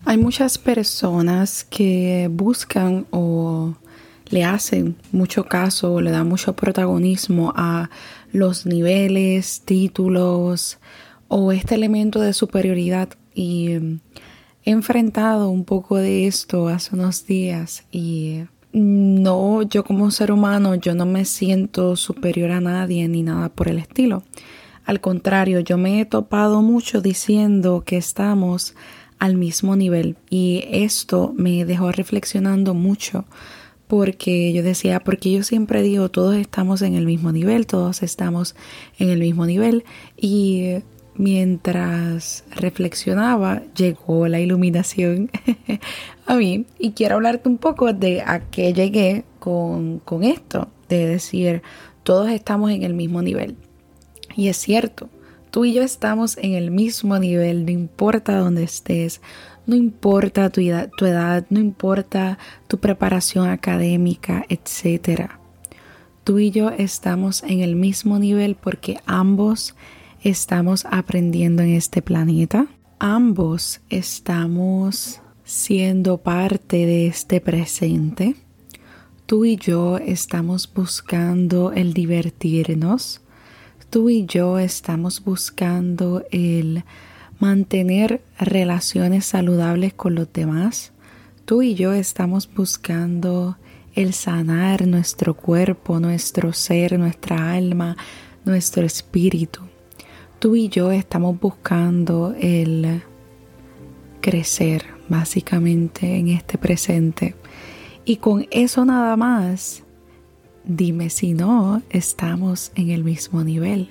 Hay muchas personas que buscan o le hacen mucho caso o le dan mucho protagonismo a los niveles, títulos o este elemento de superioridad. Y he enfrentado un poco de esto hace unos días y no, yo como ser humano, yo no me siento superior a nadie ni nada por el estilo. Al contrario, yo me he topado mucho diciendo que estamos al mismo nivel y esto me dejó reflexionando mucho porque yo decía, porque yo siempre digo todos estamos en el mismo nivel, todos estamos en el mismo nivel y mientras reflexionaba llegó la iluminación a mí y quiero hablarte un poco de a qué llegué con esto, de decir todos estamos en el mismo nivel. Y es cierto, tú y yo estamos en el mismo nivel, no importa dónde estés, no importa tu edad, no importa tu preparación académica, etc. Tú y yo estamos en el mismo nivel porque ambos estamos aprendiendo en este planeta. Ambos estamos siendo parte de este presente. Tú y yo estamos buscando el divertirnos. Tú y yo estamos buscando el mantener relaciones saludables con los demás. Tú y yo estamos buscando el sanar nuestro cuerpo, nuestro ser, nuestra alma, nuestro espíritu. Tú y yo estamos buscando el crecer básicamente en este presente. Y con eso nada más, dime si no estamos en el mismo nivel.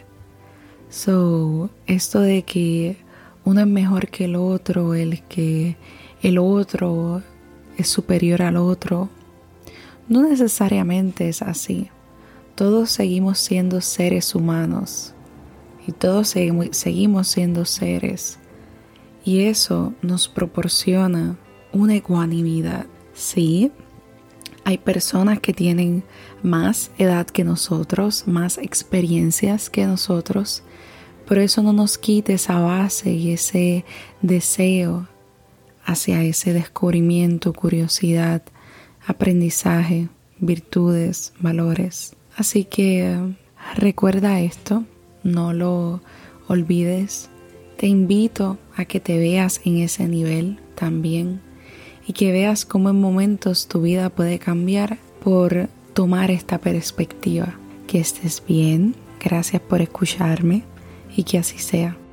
Esto de que uno es mejor que el otro, el que el otro es superior al otro, no necesariamente es así. Todos seguimos siendo seres humanos y todos seguimos siendo seres y eso nos proporciona una ecuanimidad. Sí, hay personas que tienen más edad que nosotros, más experiencias que nosotros, pero eso no nos quita esa base y ese deseo hacia ese descubrimiento, curiosidad, aprendizaje, virtudes, valores. Así que recuerda esto, no lo olvides. Te invito a que te veas en ese nivel también y que veas cómo en momentos tu vida puede cambiar por tomar esta perspectiva. Que estés bien, gracias por escucharme y que así sea.